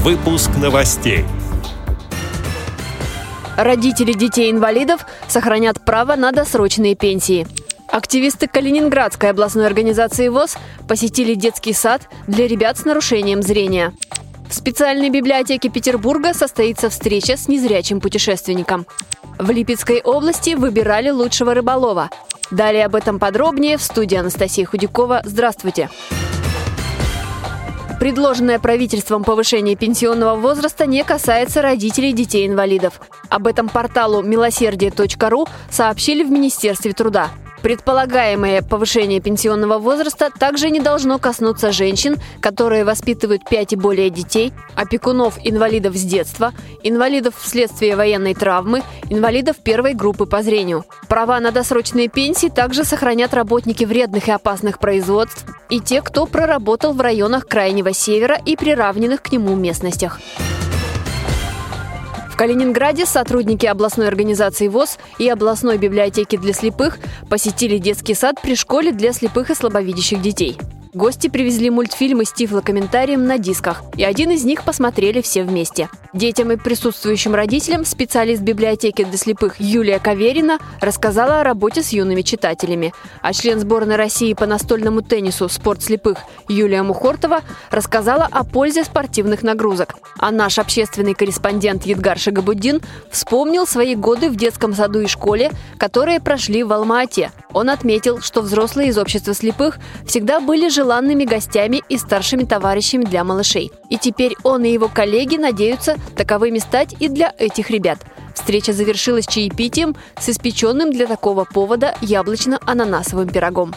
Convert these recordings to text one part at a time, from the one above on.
Выпуск новостей. Родители детей-инвалидов сохранят право на досрочные пенсии. Активисты Калининградской областной организации ВОС посетили детский сад для ребят с нарушением зрения. В специальной библиотеке Петербурга состоится встреча с незрячим путешественником. В Липецкой области выбирали лучшего рыболова. Далее об этом подробнее в студии Анастасия Худякова. Здравствуйте! Предложенное правительством повышение пенсионного возраста не касается родителей детей-инвалидов. Об этом порталу милосердие.ру сообщили в Министерстве труда. Предполагаемое повышение пенсионного возраста также не должно коснуться женщин, которые воспитывают 5 и более детей, опекунов инвалидов с детства, инвалидов вследствие военной травмы, инвалидов первой группы по зрению. Права на досрочные пенсии также сохранят работники вредных и опасных производств и те, кто проработал в районах Крайнего Севера и приравненных к нему местностях. В Калининграде сотрудники областной организации ВОС и областной библиотеки для слепых посетили детский сад при школе для слепых и слабовидящих детей. Гости привезли мультфильмы с тифлокомментарием на дисках, и один из них посмотрели все вместе. Детям и присутствующим родителям специалист библиотеки для слепых Юлия Каверина рассказала о работе с юными читателями, а член сборной России по настольному теннису «Спорт слепых» Юлия Мухортова рассказала о пользе спортивных нагрузок. А наш общественный корреспондент Едгар Шагабуддин вспомнил свои годы в детском саду и школе, которые прошли в Алма-Ате. Он отметил, что взрослые из общества слепых всегда были желанными гостями и старшими товарищами для малышей. И теперь он и его коллеги надеются таковыми стать и для этих ребят. Встреча завершилась чаепитием с испеченным для такого повода яблочно-ананасовым пирогом.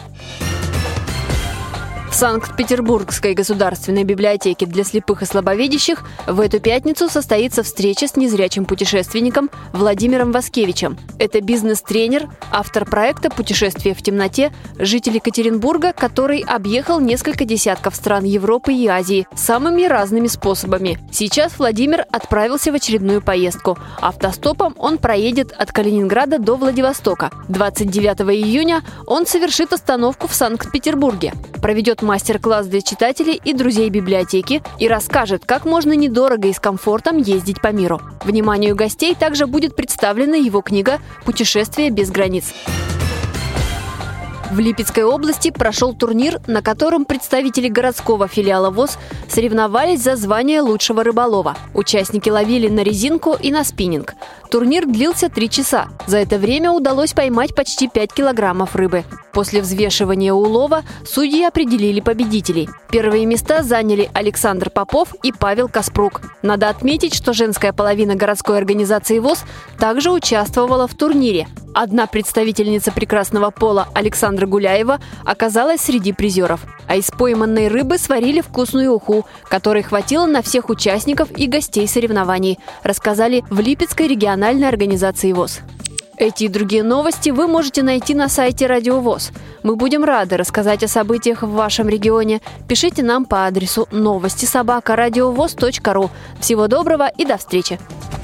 В Санкт-Петербургской государственной библиотеке для слепых и слабовидящих в эту пятницу состоится встреча с незрячим путешественником Владимиром Васкевичем. Это бизнес-тренер, автор проекта «Путешествие в темноте», житель Екатеринбурга, который объехал несколько десятков стран Европы и Азии самыми разными способами. Сейчас Владимир отправился в очередную поездку. Автостопом он проедет от Калининграда до Владивостока. 29 июня он совершит остановку в Санкт-Петербурге, проведет мастер-класс для читателей и друзей библиотеки и расскажет, как можно недорого и с комфортом ездить по миру. Вниманию гостей также будет представлена его книга «Путешествие без границ». В Липецкой области прошел турнир, на котором представители городского филиала ВОС соревновались за звание лучшего рыболова. Участники ловили на резинку и на спиннинг. Турнир длился 3 часа. За это время удалось поймать почти 5 килограммов рыбы. После взвешивания улова судьи определили победителей. Первые места заняли Александр Попов и Павел Каспрук. Надо отметить, что женская половина городской организации ВОС также участвовала в турнире. Одна представительница прекрасного пола, Александра Гуляева, оказалась среди призеров. А из пойманной рыбы сварили вкусную уху, которой хватило на всех участников и гостей соревнований, рассказали в Липецкой региональной организации ВОС. Эти и другие новости вы можете найти на сайте Радио ВОС. Мы будем рады рассказать о событиях в вашем регионе. Пишите нам по адресу новости@радиовос.ру. Всего доброго и до встречи!